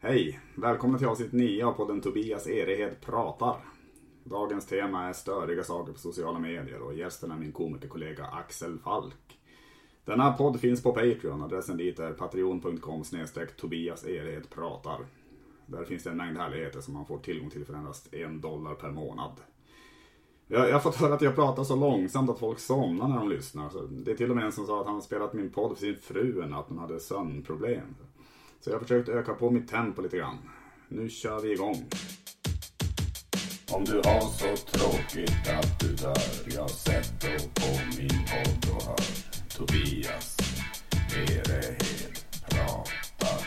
Hej, välkomna till avsnitt 9 av podden Tobias Erehed pratar. Dagens tema är störiga saker på sociala medier och gästen är min komikerkollega Axel Falk. Denna podd finns på Patreon, adressen dit är patreon.com/Tobias Erehed pratar. Där finns det en mängd härligheter som man får tillgång till för endast $1 per månad. Jag har fått höra att jag pratar så långsamt att folk somnar när de lyssnar. Så det är till och med en som sa att han spelat min podd för sin fru än att hon hade sömnproblem. Så jag har försökt öka på mitt tempo lite grann. Nu kör vi igång. Om du har så tråkigt att du dör, jag sätter på min podd och hör Tobias Erehed pratar.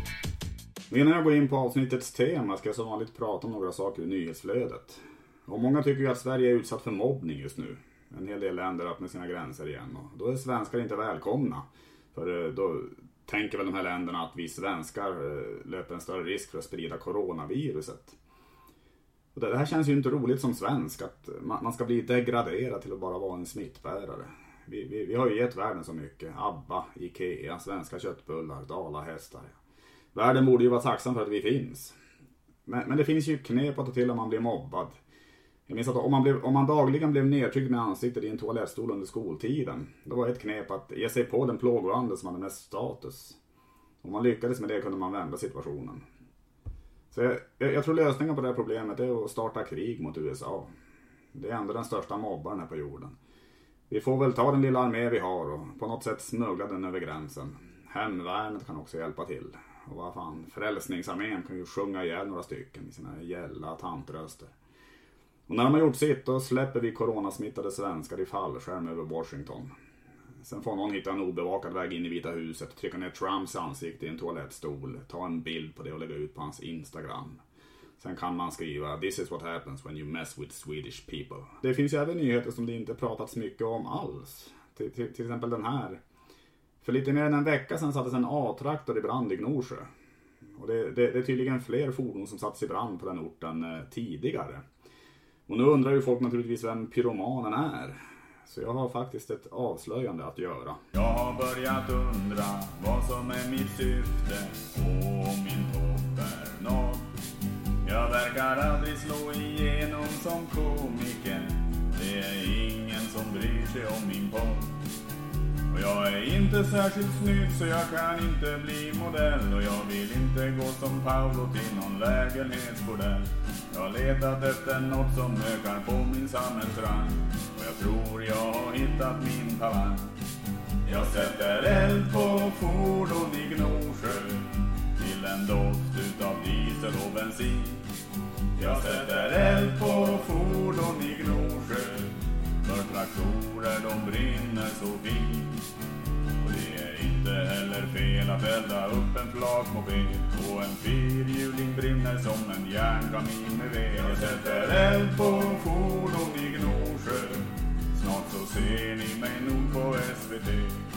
Innan jag går in på avsnittets tema ska jag som vanligt prata om några saker i nyhetsflödet. Och många tycker ju att Sverige är utsatt för mobbning just nu. En hel del länder öppnar sina gränser igen och då är svenskar inte välkomna. För då tänker väl de här länderna att vi svenskar löper en större risk för att sprida coronaviruset. Och det här känns ju inte roligt som svensk, att man ska bli degraderad till att bara vara en smittbärare. Vi har ju gett världen så mycket. ABBA, Ikea, svenska köttbullar, dalahästar. Världen borde ju vara tacksam för att vi finns. Men det finns ju knep att ta till om man blir mobbad. Jag minns att om man dagligen blev nedtryckt med ansiktet i en toalettstol under skoltiden, då var ett knep att ge sig på den plågoande som hade mest status. Om man lyckades med det kunde man vända situationen. Så jag tror lösningen på det här problemet är att starta krig mot USA. Det är ändå den största mobbaren här på jorden. Vi får väl ta den lilla armé vi har och på något sätt smuggla den över gränsen. Hemvärnet kan också hjälpa till. Och vad fan, Frälsningsarmén kan ju sjunga ihjäl några stycken i sina gälla tantröster. Och när de har gjort sitt då släpper vi coronasmittade svenskar i fallskärm över Washington. Sen får någon hitta en obevakad väg in i Vita huset, trycka ner Trumps ansikte i en toalettstol, ta en bild på det och lägga ut på hans Instagram. Sen kan man skriva "This is what happens when you mess with Swedish people". Det finns ju även nyheter som det inte pratats mycket om alls. Till exempel den här. För lite mer än en vecka sedan sattes en A-traktor i brand i Gnosjö. Och det är tydligen fler fordon som satts i brand på den orten tidigare. Och nu undrar ju folk naturligtvis vem pyromanen är. Så jag har faktiskt ett avslöjande att göra. Jag har börjat undra vad som är mitt syfte och min topp är nådd. Jag verkar aldrig slå igenom som komiker. Det är ingen som bryr sig om min podd. Och jag är inte särskilt snygg så jag kan inte bli modell. Och jag vill inte gå som Paolo till någon lägenhetsbordell. Jag har letat efter något som ökar på min samhällsrang. Och jag tror jag har hittat min talang. Jag sätter eld på fordon i Gnosjö till en doft utav diesel och bensin. Jag sätter eld på fordon i Gnosjö för traktorer de brinner så fint. Och det är inte heller fel att elda upp en flakmoped och en fyrhjuling brinner som en järnkamin med ved. Jag sätter eld på fordon i Gnosjö, snart så ser ni mig nog på SVT.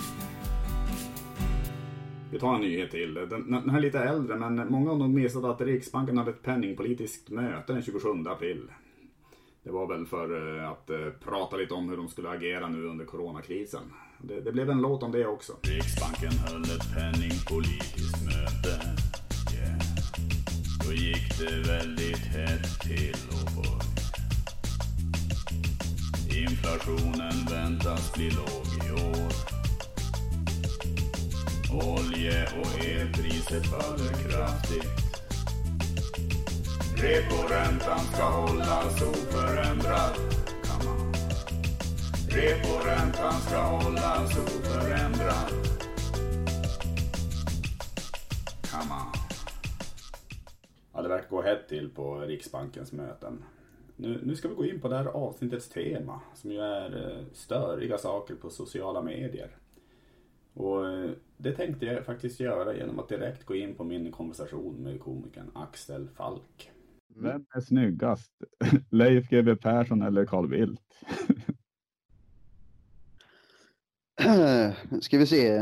Vi tar en nyhet till. Den här är lite äldre, men många av dem missade att Riksbanken hade ett penningpolitiskt möte den 27 april. Det var väl för att prata lite om hur de skulle agera nu under coronakrisen. Det blev en låt om det också. Riksbanken höll ett penningpolitiskt möte. Yeah. Då gick det väldigt hett till och bort. Inflationen väntas bli låg i år. Olje- och elpriset faller kraftigt. Reporäntan ska hållas oförändrad. Come on. Reporäntan ska hållas oförändrad. Come on. Ja, det verkar gå hett till på Riksbankens möten. Nu ska vi gå in på det här avsnittets tema, som ju är störiga saker på sociala medier. Och det tänkte jag faktiskt göra genom att direkt gå in på min konversation med komikern Axel Falk. Vem är snyggast? Leif GW Persson eller Carl Bildt? Ska vi se.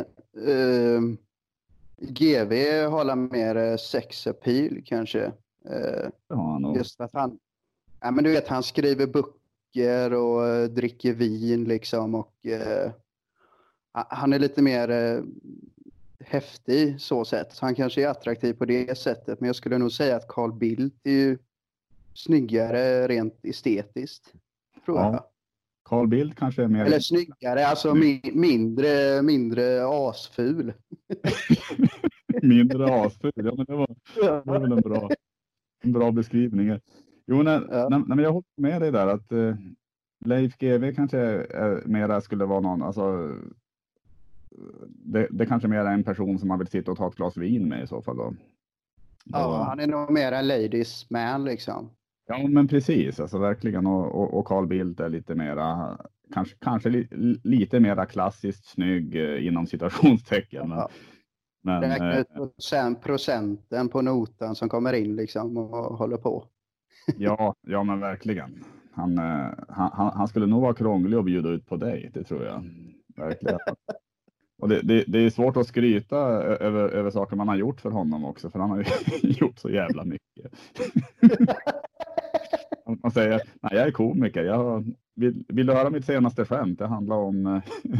GV håller mer sexappeal kanske. Just att han... Ja, men du vet, han skriver böcker och dricker vin liksom. Och han är lite mer häftig så sätt. Så han kanske är attraktiv på det sättet. Men jag skulle nog säga att Carl Bildt är ju snyggare rent estetiskt, tror jag. Carl Bildt kanske är mer... Eller snyggare, alltså mindre asful. Mindre asful, ja men det var väl en bra beskrivning. Jo, men jag håller med dig där att Leif GW kanske mera skulle vara någon, alltså det kanske mer är en person som man vill sitta och ta ett glas vin med i så fall då. Ja, han är nog mer en ladies man liksom. Ja, men precis, alltså verkligen, och Carl Bildt är lite mera, kanske lite mera klassiskt snygg inom citationstecken. Ja. Men räkna ut procenten på notan som kommer in liksom och håller på. Ja, men verkligen. Han skulle nog vara krånglig att bjuda ut på dig, det tror jag. Verkligen. Och det är svårt att skryta över saker man har gjort för honom också, för han har ju gjort så jävla mycket. Man säger, nej, jag är komiker. Vill du höra mitt senaste skämt? Det handlar om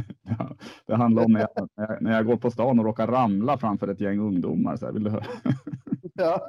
när jag går på stan och råkar ramla framför ett gäng ungdomar. Så här, vill du höra? Ja.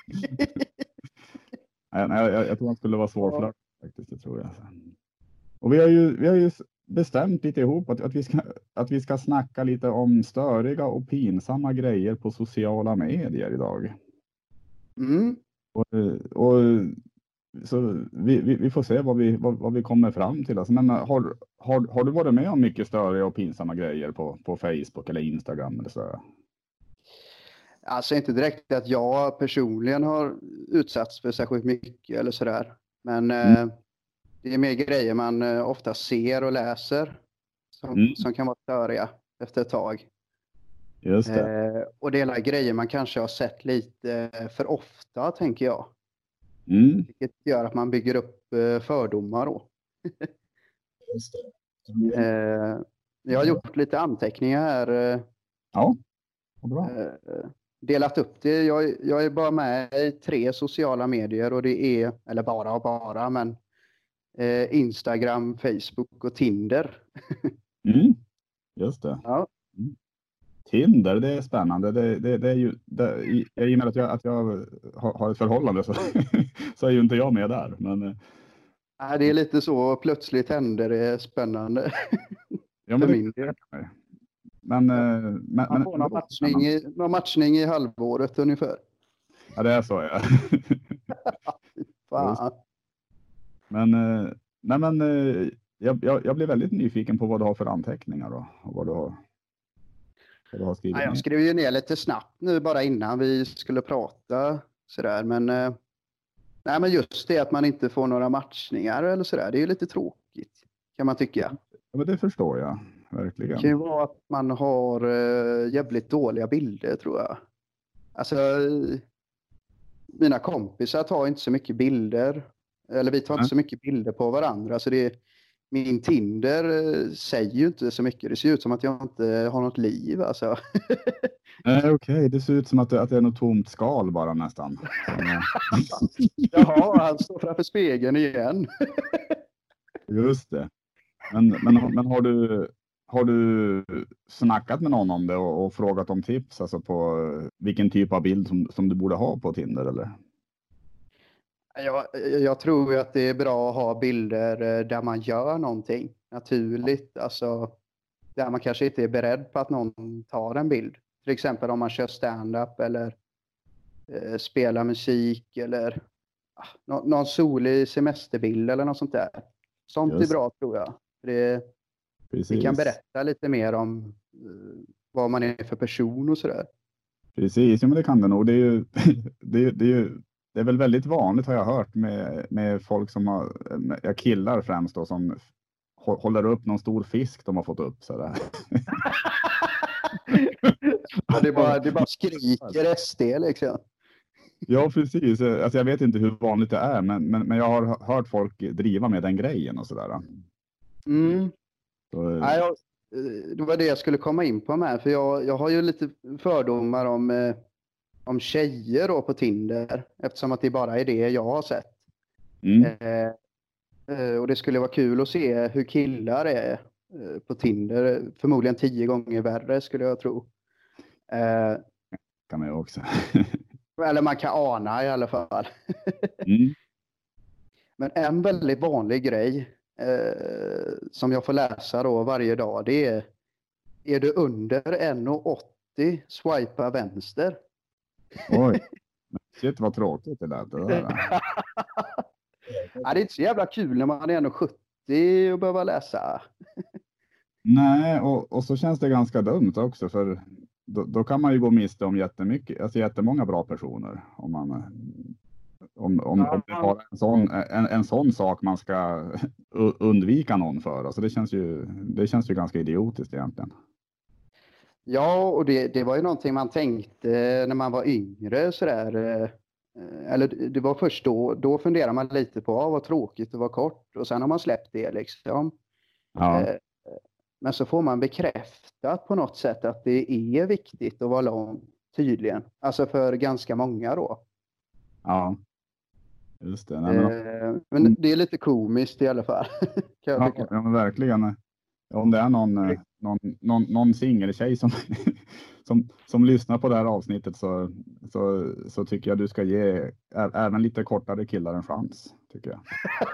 Jag tror han skulle vara svårflörtad faktiskt, det tror jag. Och vi har ju bestämt lite ihop att vi ska snacka lite om störiga och pinsamma grejer på sociala medier idag. Mm. Och så vi får se vad vi kommer fram till. Alltså, men har du varit med om mycket störiga och pinsamma grejer på Facebook eller Instagram eller så? Alltså inte direkt att jag personligen har utsatts för särskilt mycket eller sådär. Men det är mer grejer man ofta ser och läser som kan vara störiga efter ett tag. Just det. Och det är grejer man kanske har sett lite för ofta, tänker jag. Vilket gör att man bygger upp fördomar då. Just det. Jag har gjort lite anteckningar här. Ja, vad bra. Delat upp det. Jag är bara med i 3 sociala medier och det är, eller bara, men Instagram, Facebook och Tinder. Just det. Ja. Tinder, det är spännande. Det är ju, i och med att jag har ett förhållande så är ju inte jag med där. Men, det är lite så, plötsligt händer det spännande. Ja, men min del. Men man får någon matchning i halvåret ungefär. Ja, det är så, ja. Fan. Men jag blir väldigt nyfiken på vad du har för anteckningar då, och vad du har skrivit. Jag skrev ju ner lite snabbt nu bara innan vi skulle prata sådär, men just det att man inte får några matchningar eller sådär, det är ju lite tråkigt kan man tycka. Ja, men det förstår jag verkligen. Det kan ju vara att man har jävligt dåliga bilder, tror jag. Alltså, mina kompisar tar inte så mycket bilder. Eller vi tar inte så mycket bilder på varandra. Så min Tinder säger ju inte så mycket. Det ser ut som att jag inte har något liv, alltså. Okej. Det ser ut som att det är något tomt skal bara nästan. Jaha, han står framför spegeln igen. Just det. Men har du snackat med någon om det och frågat om tips, alltså på vilken typ av bild som du borde ha på Tinder, eller? Jag tror att det är bra att ha bilder där man gör någonting naturligt, alltså där man kanske inte är beredd på att någon tar en bild. Till exempel om man kör stand-up eller spelar musik eller någon solig semesterbild eller något sånt där. Sånt är bra, tror jag. Det kan berätta lite mer om vad man är för person och sådär. Precis, ja, men det kan det nog. Det är väl väldigt vanligt, har jag hört, med folk som har, killar främst då, som håller upp någon stor fisk de har fått upp sådär. Ja, det bara skriker SD liksom. Ja, precis. Alltså, jag vet inte hur vanligt det är, men jag har hört folk driva med den grejen och sådär. Nej, det var det jag skulle komma in på med, för jag har ju lite fördomar om tjejer då på Tinder, eftersom att det bara är det jag har sett. Och det skulle vara kul att se hur killar är på Tinder, förmodligen 10 gånger värre skulle jag tro. Kan man ju också. Eller man kan ana i alla fall. Mm. Men en väldigt vanlig grej som jag får läsa då varje dag, det är du under 1,80 swipa vänster. Oj. Shit vad tråkigt det lät. Det där. Ja, det är inte så jävla kul när man är 1,70 och behöver läsa. Nej, och så känns det ganska dumt också, för då kan man ju gå miste om jättemånga bra personer om det har en sån sak man ska undvika någon för. Alltså det känns ju ganska idiotiskt egentligen. Ja, och det var ju någonting man tänkte när man var yngre sådär. Eller det var först då funderar man lite på vad tråkigt det var kort, och sen har man släppt det liksom. Ja. Men så får man bekräftat på något sätt att det är viktigt att vara lång, tydligen. Alltså för ganska många då. Ja, just det. Nej, men det är lite komiskt i alla fall. Kan jag tycka. Ja, men verkligen. Om det är någon singeltjej som lyssnar på det här avsnittet så tycker jag du ska ge även lite kortare killar en chans, tycker jag.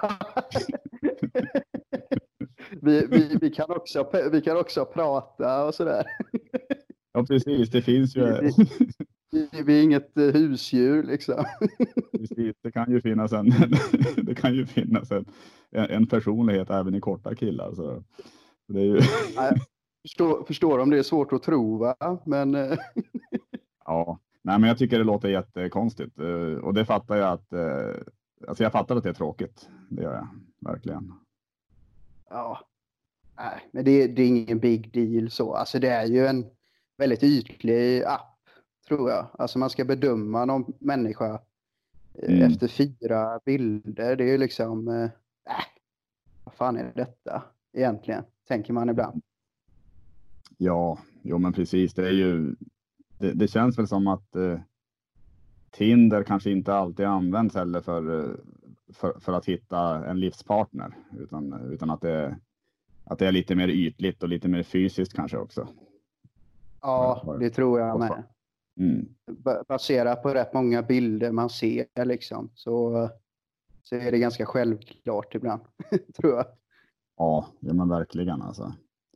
vi kan också prata och sådär. Ja, precis. Det finns ju... Vi är inget husdjur liksom. Precis, det kan ju finnas en personlighet även i korta killar. Så det är ju... Förstår om det är svårt att tro, va? Men... Ja, nej, men jag tycker det låter jättekonstigt. Och det fattar jag att... Alltså jag fattar att det är tråkigt. Det gör jag, verkligen. Ja, nej, men det är ingen big deal så. Alltså det är ju en väldigt ytlig app, tror jag. Alltså man ska bedöma någon människa efter 4 bilder. Det är ju liksom, vad fan är detta egentligen? Tänker man ibland. Ja, jo men precis. Det är ju, det känns väl som att Tinder kanske inte alltid används heller för att hitta en livspartner, utan att det är lite mer ytligt och lite mer fysiskt kanske också. Ja, det tror jag med. Mm. Baserat på rätt många bilder man ser liksom, så är det ganska självklart ibland, tror jag. Ja, men verkligen alltså.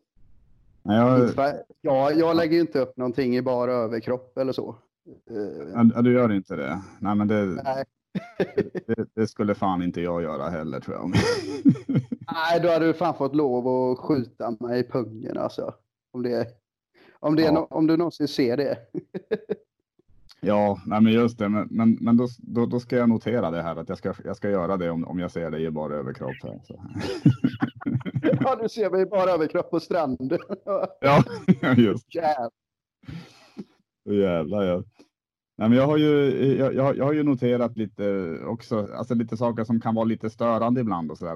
Jag lägger ju inte upp någonting i bara överkropp eller så. Ja, du gör inte det? Nej, men det skulle fan inte jag göra heller, tror jag. Nej, då hade du fan fått lov att skjuta mig i pungen alltså. Om du någonsin ser det. Ja, nej, men just det. Men då ska jag notera det här, att jag ska göra det om jag ser det i bara överkropp. Här, så. Ja, du ser mig bara överkropp på stranden. Ja, just. Jävlar, ja. Nej, men jag har ju noterat lite också, alltså lite saker som kan vara lite störande ibland och sådär.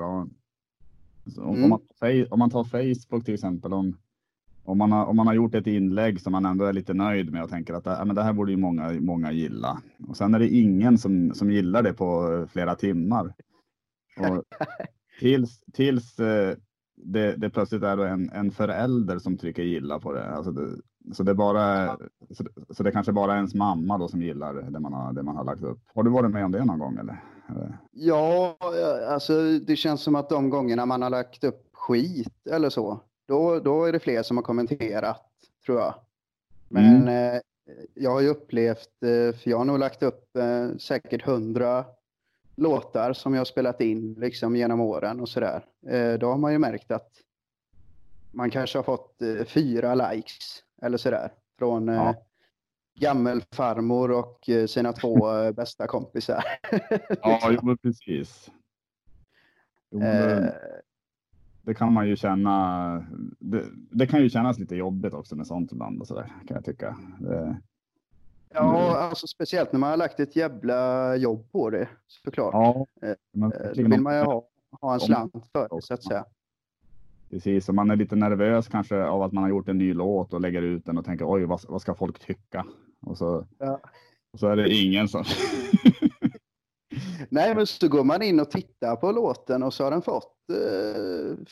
Om man tar Facebook till exempel, om man har gjort ett inlägg som man ändå är lite nöjd med och tänker att men det här borde ju många gilla. Och sen är det ingen som gillar det på flera timmar. Och tills det plötsligt är då en förälder som trycker gilla på det. Alltså så det kanske bara är ens mamma då som gillar det man har lagt upp. Har du varit med om det någon gång eller? Ja, alltså det känns som att de gångerna man har lagt upp skit eller så, då är det fler som har kommenterat, tror jag. Men jag har ju upplevt, för jag har nog lagt upp säkert 100 låtar som jag har spelat in liksom genom åren och sådär. Då har man ju märkt att man kanske har fått 4 likes eller sådär från gammelfarmor och sina 2 bästa kompisar. Ja, jo, precis. Jo, det kan man ju känna. Det kan ju kännas lite jobbigt också med sånt ibland och sådär, kan jag tycka. Ja, alltså speciellt när man har lagt ett jävla jobb på det, såklart. Ja, då vill man ju ha en slant för det, så att säga. Precis, och man är lite nervös kanske av att man har gjort en ny låt och lägger ut den och tänker, oj, vad ska folk tycka? Och så är det ingen som... Nej, men så går man in och tittar på låten och så har den fått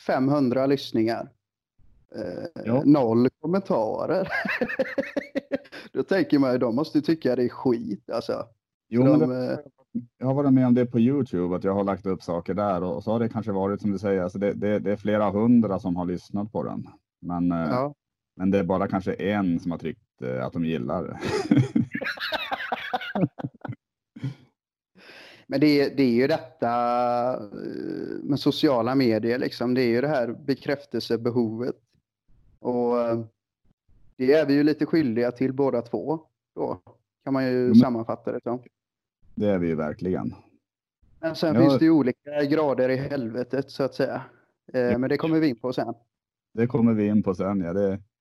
500 lyssningar. 0 kommentarer. Då tänker man ju, de måste tycka det är skit alltså. Jo, Så men jag har varit med om det på YouTube, att jag har lagt upp saker där och så har det kanske varit som du säger, alltså det är flera hundra som har lyssnat på den. ja. Men det är bara kanske en som har tryckt att de gillar det. Men det är ju detta med sociala medier liksom. Det är ju det här bekräftelsebehovet. Och det är vi ju lite skyldiga till båda två. Då kan man ju sammanfatta det som. Det är vi ju verkligen. Men sen finns det ju olika grader i helvetet så att säga. Men det kommer vi in på sen. Det kommer vi in på sen, ja.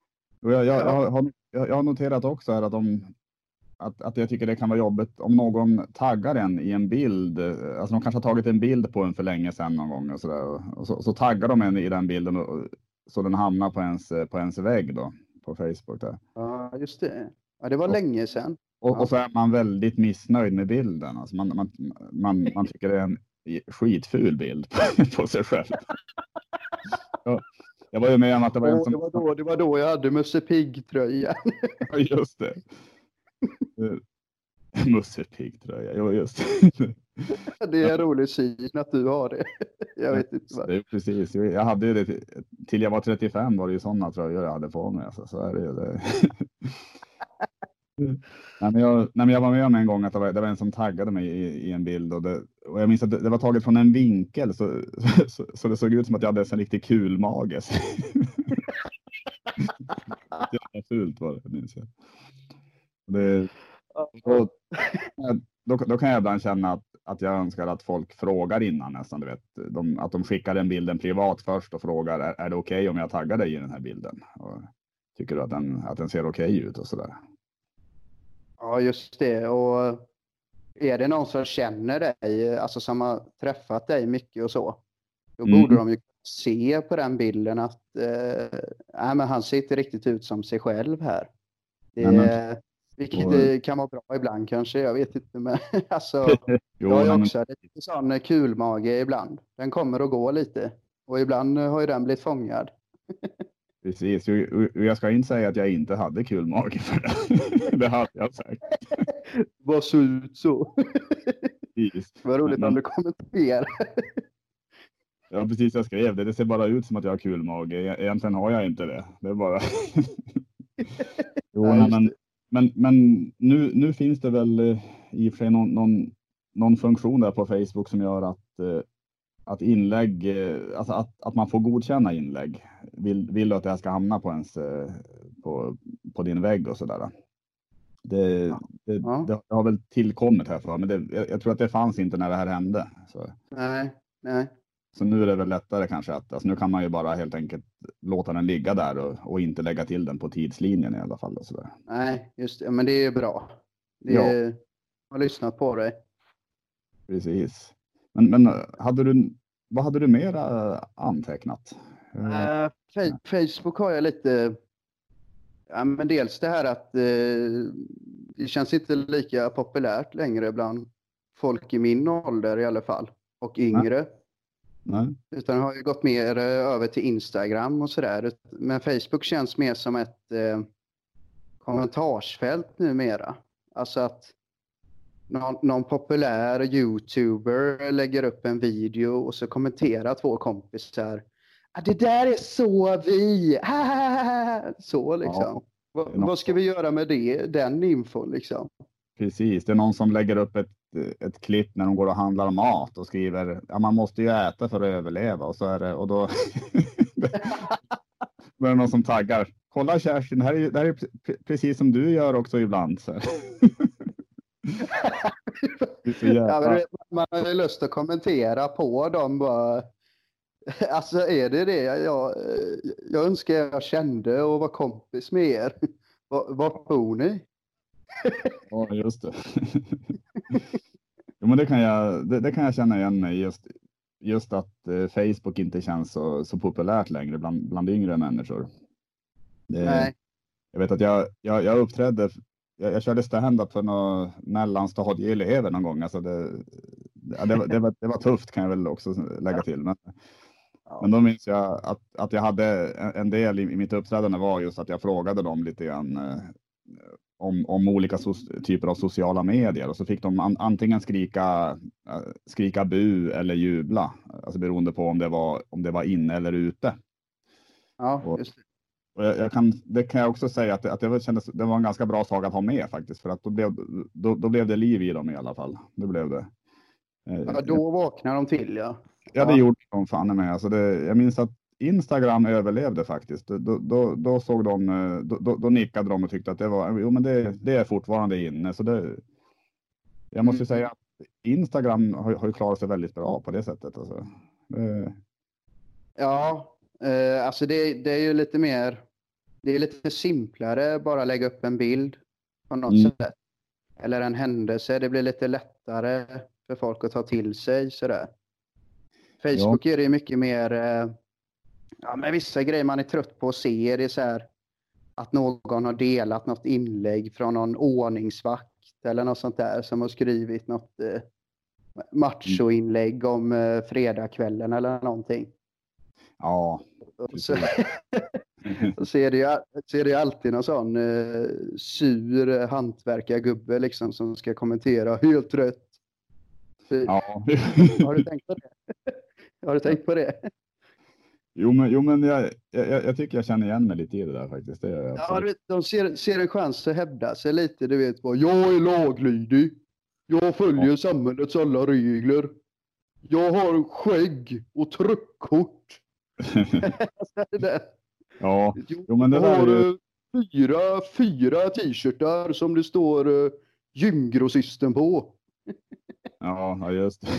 Jag har noterat också här att jag tycker det kan vara jobbigt om någon taggar en i en bild. Alltså de kanske har tagit en bild på en för länge sedan någon gång och sådär. Och så taggar de en i den bilden så den hamnar på ens vägg då på Facebook där. Ja, just det. Ja, det var länge sedan. Och så är man väldigt missnöjd med bilden. Alltså man tycker det är en skitful bild på sig själv. Ja, jag var ju med om att det var en som... Det var då jag hade Musse Pigg-tröjan. Ja, just det. Musse Pigg-tröja, jo just det. är en rolig syn att du har det. Jag vet inte vad. Det är precis. Jag hade ju det till jag var 35 var det ju sådana tröjor jag hade på mig. Alltså, så är det ju det. Nej, men jag var med om en gång att det var en som taggade mig i en bild och jag minns att det var taget från en vinkel så det såg ut som att jag hade en riktigt kul mage. Det var fult var det, minns jag. Då kan jag ibland känna att jag önskar att folk frågar innan nästan, du vet. Att de skickar den bilden privat först och frågar är det okej om jag taggar dig i den här bilden? Och tycker du att den ser okej ut och sådär? Ja, just det. Och är det någon som känner dig, alltså som har träffat dig mycket och så, då borde de ju se på den bilden att men han ser inte riktigt ut som sig själv här. Vilket kan vara bra ibland kanske, jag vet inte. Men alltså, jag har ju också lite sån kulmage ibland. Den kommer och går lite. Och ibland har ju den blivit fångad. Precis, jag ska inte säga att jag inte hade kul mage för det. Det hade jag sagt. Vad så ut så. Precis. Vad roligt om du kommenterar. Ja, precis, jag skrev det. Det ser bara ut som att jag har kul mage. Egentligen har jag inte det. Det är bara... Jo, men nu finns det väl i och för sig någon funktion där på Facebook som gör att inlägg, alltså att man får godkänna inlägg. Vill du att det här ska hamna på ens på din vägg och sådär. Det har väl tillkommit här för, men jag tror att det fanns inte när det här hände. Så. Nej. Så nu är det väl lättare kanske att nu kan man ju bara helt enkelt låta den ligga där och inte lägga till den på tidslinjen i alla fall. Och sådär. Nej, just det. Men det är bra. Jag har lyssnat på dig. Precis. Men vad hade du mer antecknat? Facebook har jag lite... Ja, men dels det här att det känns inte lika populärt längre bland folk i min ålder i alla fall. Och yngre. Nej. Utan har ju gått mer över till Instagram och sådär. Men Facebook känns mer som ett kommentarsfält numera. Alltså att någon populär YouTuber lägger upp en video och så kommenterar två kompisar. Det där är så vi! Så liksom. Ja, vad ska vi göra med den infon liksom? Precis, det är någon som lägger upp ett klipp när de går och handlar mat och skriver man måste ju äta för att överleva och så är det och då är det någon som taggar. Kolla Kerstin, det här är precis som du gör också ibland. Så. Man har ju lust att kommentera på dem bara. Alltså är det jag önskar jag kände och var kompis med er. Var bor ni? Ja, just det. Jo, men det kan jag känna igen mig just att Facebook inte känns så populärt längre bland yngre människor. Nej. Jag vet att jag uppträdde, jag körde stand-up för några mellanstadieelever någon gång. Alltså det var tufft kan jag väl också lägga till. Men då minns jag att jag hade en del i mitt uppträdande var just att jag frågade dem lite grann om olika typer av sociala medier, och så fick de antingen skrika bu eller jubla, alltså beroende på om det var inne eller ute. Ja, just det. Och det kan jag också säga att det var en ganska bra sak att ha med faktiskt, för att då blev det liv i dem i alla fall. Det blev det. Ja, då vaknar de till, ja. Ja, det gjorde de fan med. Alltså jag minns att Instagram överlevde faktiskt. Då såg då nickade de och tyckte att det är fortfarande inne. Så jag måste säga att Instagram har ju klarat sig väldigt bra på det sättet. Alltså. Ja, alltså det är ju lite mer, det är lite simplare bara lägga upp en bild på något sätt. Eller en händelse. Det blir lite lättare för folk att ta till sig sådär. Facebook är det mycket mer, men vissa grejer man är trött på att se. Det är så här att någon har delat något inlägg från någon ordningsvakt eller något sånt där, som har skrivit något machoinlägg om fredagskvällen eller någonting. Ja. Så är det ju alltid någon sån sur hantverkargubbe liksom, som ska kommentera helt rätt. Ja. Har du tänkt på det? Har du tänkt på det? Jo men jag tycker jag känner igen mig lite i det där faktiskt. Det är ja, du vet, de ser en chans att hävda sig lite, du vet vad. Jag är laglydig. Jag följer samhällets alla regler. Jag har skägg och truckkort. Ja, men det jag har har fyra t-shirtar som det står gymgrossisten på. Ja, just det.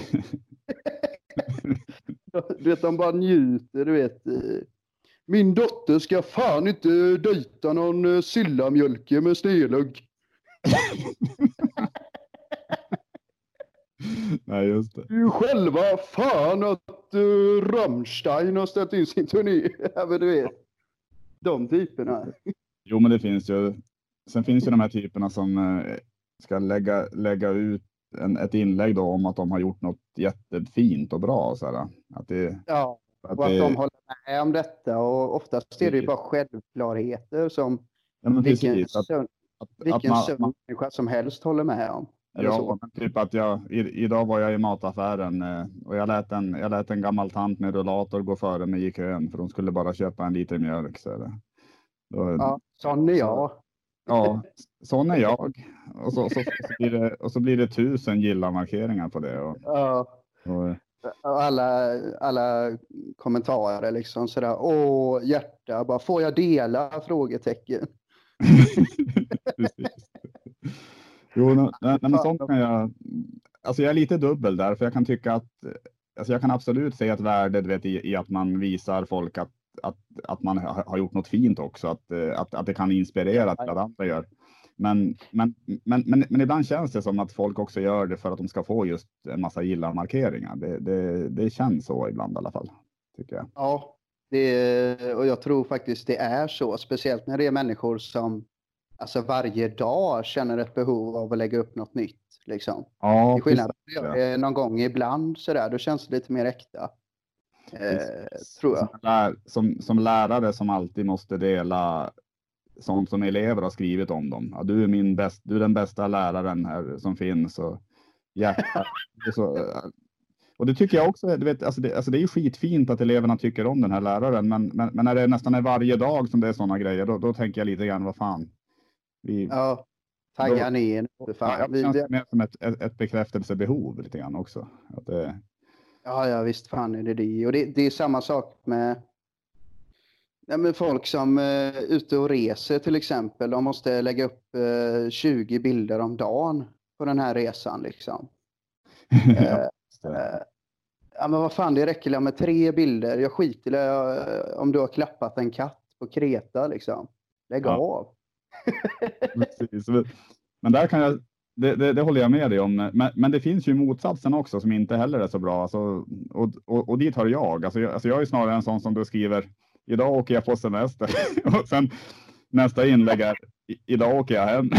Du vet, de bara njuter, du vet. Min dotter ska fan inte dejta någon sillamjölke med snedlugg. Nej, just det. Du själva fan att Rammstein har ställt in sin turné. Men du vet, de typerna. Jo, men det finns ju. Sen finns ju de här typerna som ska lägga ut ett inlägg då om att de har gjort något jättefint och bra. Så här, att det, ja, och att de håller med om detta. Och oftast är det ju bara självklarheter som vilken människa som helst håller med om. Ja, men typ att idag var jag i mataffären och jag lät en gammal tant med rullator gå före mig i kön, för de skulle bara köpa en liter mjölk. Så ja, sån är jag. Ja, sån är jag. Och så blir det 1000 gilla-markeringar på det. Och alla kommentarer liksom sådär. Åh, hjärta, bara får jag dela? Frågetecken. Precis. Jo, men sånt kan jag. Alltså jag är lite dubbel där, för jag kan tycka att, alltså jag kan absolut se ett värde, du vet, i att man visar folk att man har gjort något fint också, att det kan inspirera till att andra gör. Men ibland känns det som att folk också gör det för att de ska få just en massa gilla-markeringar. Det känns så ibland i alla fall, tycker jag. Ja, och jag tror faktiskt det är så, speciellt när det är människor som alltså varje dag känner ett behov av att lägga upp något nytt. Liksom. Ja, i skillnad någon gång ibland sådär, då känns det lite mer äkta. Tror jag. Som lärare som alltid måste dela sånt som elever har skrivit om dem. Ja, du är den bästa läraren här som finns. Och hjärta. Och det tycker jag också, du vet, alltså det är ju skitfint att eleverna tycker om den här läraren. Men när det nästan är varje dag som det är sådana grejer, då tänker jag lite grann, vad fan. Tagga ner. Det känns mer som ett bekräftelsebehov lite grann också. Att det... Ja, visst fan är det. Och det är samma sak med folk som är ute och reser till exempel. De måste lägga upp 20 bilder om dagen på den här resan liksom. Men vad fan, det räcker med 3 bilder. Jag skiter i om du har klappat en katt på Kreta liksom. Lägg av. Precis. Men där kan jag, det håller jag med dig om. Men det finns ju motsatsen också som inte heller är så bra. Alltså, och dit har jag. Alltså jag är snarare en sån som du skriver, idag åker jag på semester. Och sen nästa inlägg är, idag åker jag hem.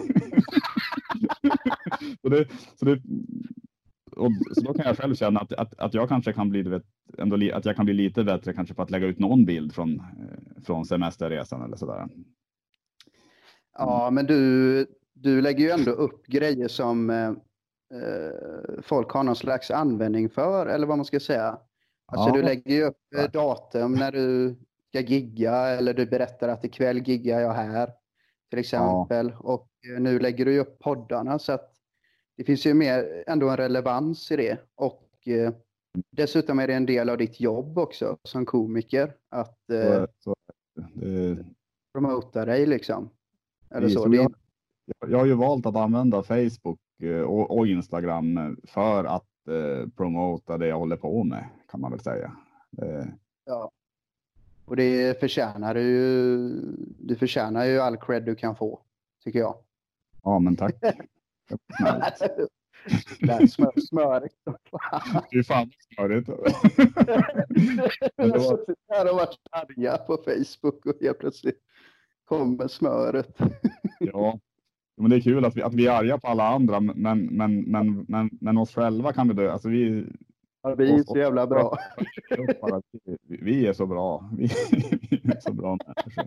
Så då kan jag själv känna att jag kanske kan bli, att jag kan bli lite bättre kanske på att lägga ut någon bild från semesterresan eller sådär. Ja, men du lägger ju ändå upp grejer som folk har någon slags användning för, eller vad man ska säga. Alltså du Ja, lägger ju upp datum när du ska gigga, eller du berättar att ikväll giggar jag här, till exempel. Och nu lägger du ju upp poddarna, så att det finns ju mer ändå en relevans i det. Och dessutom är det en del av ditt jobb också som komiker, att så det, promota dig liksom. Eller så. så jag har ju valt att använda Facebook och Instagram för att promota det jag håller på med, kan man väl säga. Ja. Och det förtjänar du förtjänar ju all cred du kan få, tycker jag. Ja, men tack. Det här smöret. Fy fan smörigt. Jag har suttit här och varit arga på Facebook och helt plötsligt kommer smöret. Ja, men det är kul att vi är arga på alla andra, men oss själva kan vi dö. Alltså vi är så jävla bra. Vi är så bra. Vi är så bra människor.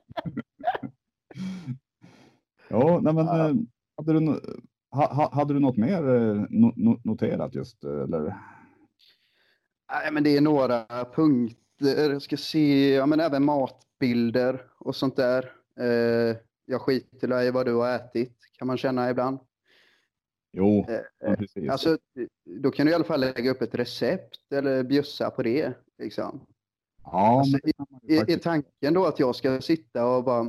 Ja, nej, men hade du något mer noterat just, eller? Nej, men det är några punkter. Jag ska se, ja, men även matbilder och sånt där. Jag skiter i vad du har ätit, kan man känna ibland. Jo, precis. Alltså, då kan du i alla fall lägga upp ett recept eller bjussa på det. Liksom. Ja, alltså, är tanken då att jag ska sitta och bara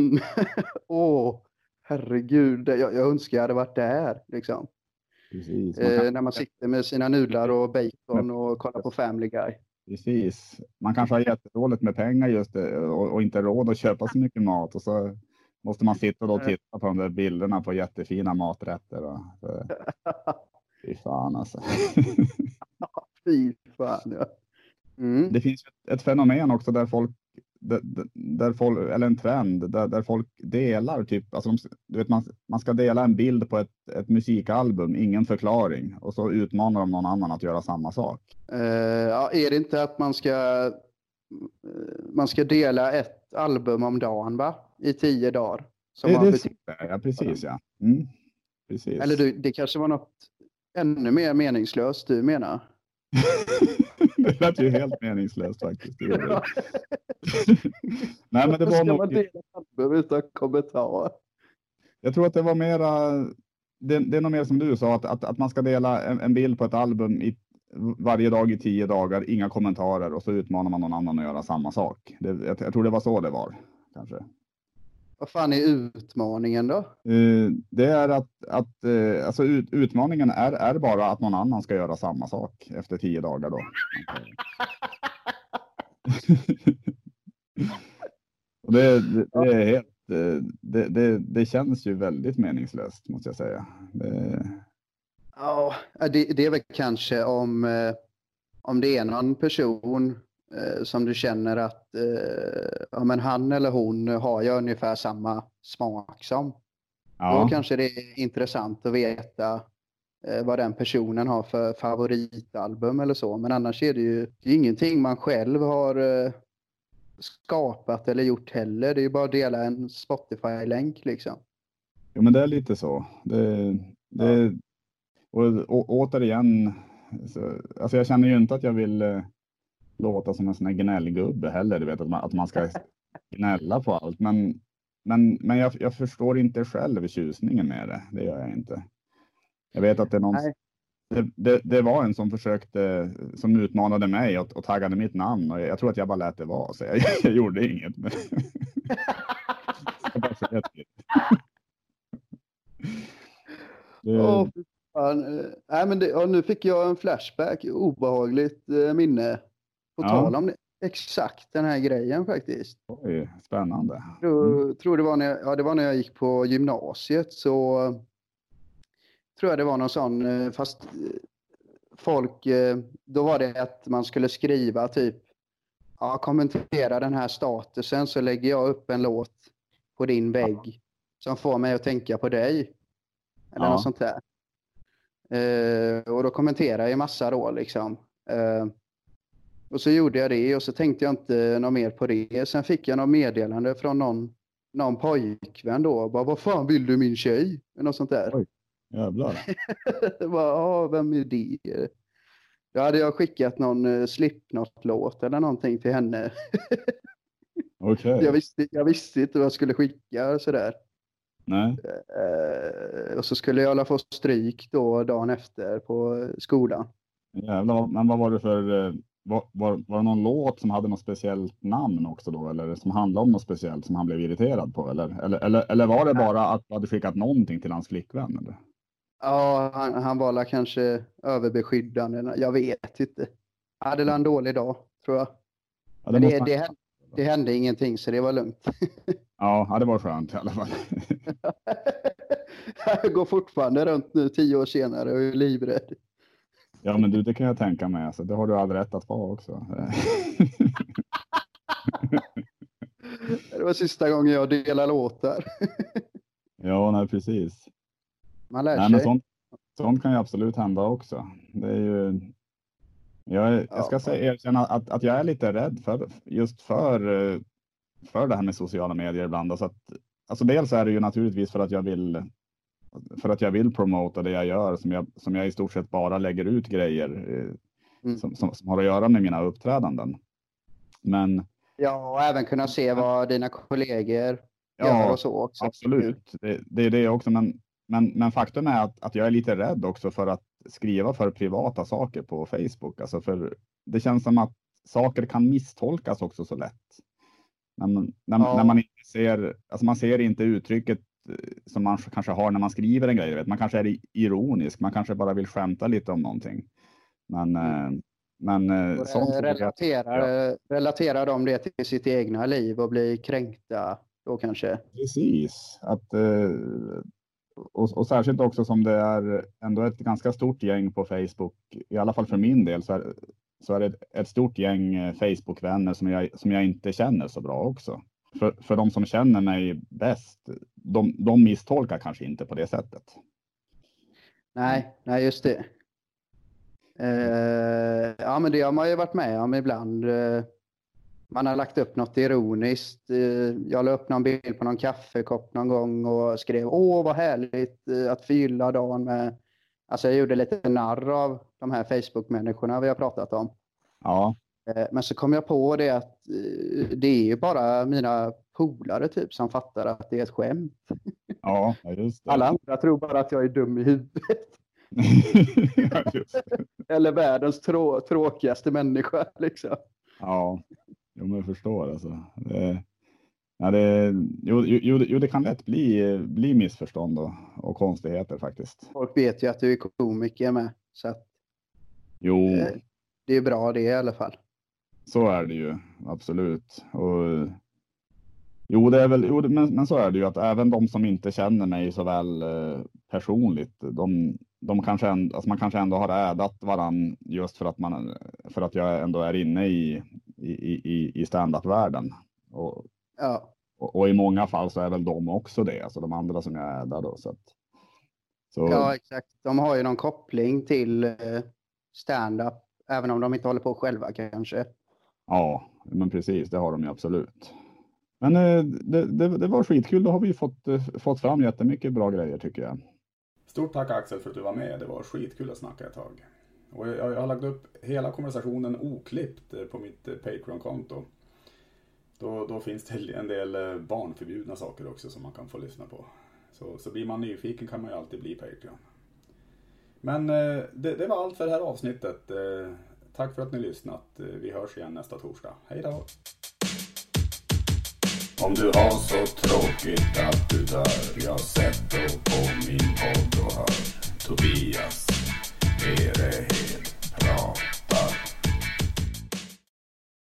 herregud, jag önskar jag hade varit där. Liksom. Precis. När man sitter med sina nudlar och bacon och kollar på Family Guy. Precis. Man kanske har jättedåligt med pengar just och inte råd att köpa så mycket mat. Och så måste man sitta och titta på de där bilderna på jättefina maträtter. Fy fan alltså. Fy fan, ja. Det finns ett fenomen också där folk, eller en trend där folk delar typ, alltså du vet, man ska dela en bild på ett musikalbum, ingen förklaring, och så utmanar de någon annan att göra samma sak. Ja, är det inte att man ska dela ett album om dagen, va? I 10 dagar. Ja, precis, ja. Precis. Eller det kanske var något ännu mer meningslöst du menar. Det lät ju helt meningslöst faktiskt. Nej, men det var nog... man dela album utan kommentar? Jag tror att det var mera... Det är nog mer som du sa, att man ska dela en bild på ett album varje dag i 10 dagar, inga kommentarer, och så utmanar man någon annan att göra samma sak. Jag tror det var så det var, kanske. Vad fan är utmaningen då? Det är att alltså utmaningen är bara att någon annan ska göra samma sak efter 10 dagar då. Och det är helt, det känns ju väldigt meningslöst, måste jag säga. Ja, det är väl kanske om det är någon person som du känner att ja, men han eller hon har ju ungefär samma smak som. Ja. Då kanske det är intressant att veta vad den personen har för favoritalbum eller så. Men annars är det ju ingenting man själv har skapat eller gjort heller. Det är ju bara att dela en Spotify-länk liksom. Jo, men det är lite så. Och återigen, alltså jag känner ju inte att jag vill låta som en sån här gnällgubbe heller, du vet, att man ska gnälla på allt, men jag förstår inte själv tjusningen med det. Det gör jag inte. Jag vet att det är någon, det var en som försökte, som utmanade mig och taggade mitt namn, och jag tror att jag bara lät det vara, så jag gjorde inget. Men Nej, men nu fick jag en flashback, obehagligt minne på tal om exakt den här grejen faktiskt. Oj, spännande. Tror det var när jag gick på gymnasiet, så tror jag det var någon sån, fast folk, då var det att man skulle skriva typ, kommentera den här statusen så lägger jag upp en låt på din vägg som får mig att tänka på dig. Eller något sånt där. Och då kommenterade jag massa då liksom. Och så gjorde jag det, och så tänkte jag inte något mer på det. Sen fick jag något meddelande från någon någon pojkvän då. Bara, vad fan vill du min tjej? Eller något sånt där. Oj, jävlar. Bara, ja, vem är det? Då hade jag skickat någon Slipknot-låt eller någonting till henne. Okej. Jag visste inte vad jag skulle skicka sådär. Nej. Och så skulle jag alla få stryk då dagen efter på skolan. Jävlar, men vad var det för... Var det någon låt som hade något speciellt namn också då? Eller som handlade om något speciellt som han blev irriterad på? Eller var det bara att du hade skickat någonting till hans flickvän? Eller? Ja, han var kanske överbeskyddande. Jag vet inte. Han hade en dålig dag, tror jag. Ja, men det hände ingenting, så det var lugnt. Ja, det var skönt i alla fall. Jag går fortfarande runt nu 10 år senare och är livrädd. Ja, men det kan jag tänka mig. Alltså, det har du all rätt att vara också. Det var sista gången jag delade låtar. Ja, nej, precis. Man lär nej, sig. Men sånt kan ju absolut hända också. Det är ju... Jag ska erkänna att jag är lite rädd för det här med sociala medier ibland. Alltså dels är det ju naturligtvis för att jag vill promota det jag gör, som jag i stort sett bara lägger ut grejer som har att göra med mina uppträdanden. Men ja, och även kunna se vad dina kollegor gör och så också. Absolut. Det är det också, men faktum är att jag är lite rädd också för att skriva för privata saker på Facebook. Alltså för det känns som att saker kan misstolkas också så lätt. När man inte ser, alltså man ser inte uttrycket som man kanske har när man skriver en grej. Vet. Man kanske är ironisk, man kanske bara vill skämta lite om någonting. Men sånt relaterar de det till sitt egna liv och blir kränkta då kanske. Precis. Och särskilt också som det är ändå ett ganska stort gäng på Facebook, i alla fall för min del, så är det ett stort gäng Facebook-vänner som jag inte känner så bra också. För de som känner mig bäst, de misstolkar kanske inte på det sättet. Nej, just det. Ja, men det har man ju varit med om ibland. Man har lagt upp något ironiskt. Jag la upp någon bild på någon kaffekopp någon gång och skrev vad härligt att förgylla dagen med. Alltså jag gjorde lite narr av de här Facebook-människorna vi har pratat om. Ja. Men så kom jag på det att det är ju bara mina polare typ som fattar att det är ett skämt. Ja, just det. Alla andra tror bara att jag är dum i huvudet. Ja, just det. Eller världens tråkigaste människa liksom. Ja, men jag förstår alltså. Det kan lätt bli missförstånd och konstigheter faktiskt. Folk vet ju att du är komiker med, så att det är bra det i alla fall. Så är det ju, absolut. Och men så är det ju att även de som inte känner mig så väl personligt, de kanske alltså man kanske ändå har ädat varann just för att jag ändå är inne i stand-up-världen. Och i många fall så är väl de också det, alltså de andra som jag ädar då. Så. Ja, exakt. De har ju någon koppling till stand-up, även om de inte håller på själva kanske. Ja, men precis, det har de ju absolut. Men det var skitkul, då har vi fått fram jättemycket bra grejer tycker jag. Stort tack Axel för att du var med, det var skitkul att snacka ett tag. Och jag har lagt upp hela konversationen oklippt på mitt Patreon-konto. Då finns det en del barnförbjudna saker också som man kan få lyssna på. Så blir man nyfiken kan man ju alltid bli Patreon. Men det var allt för det här avsnittet. Tack för att ni lyssnat. Vi hörs igen nästa torsdag. Hej då! Om du har så tråkigt att du dör, jag sätter på min podd och hör Tobias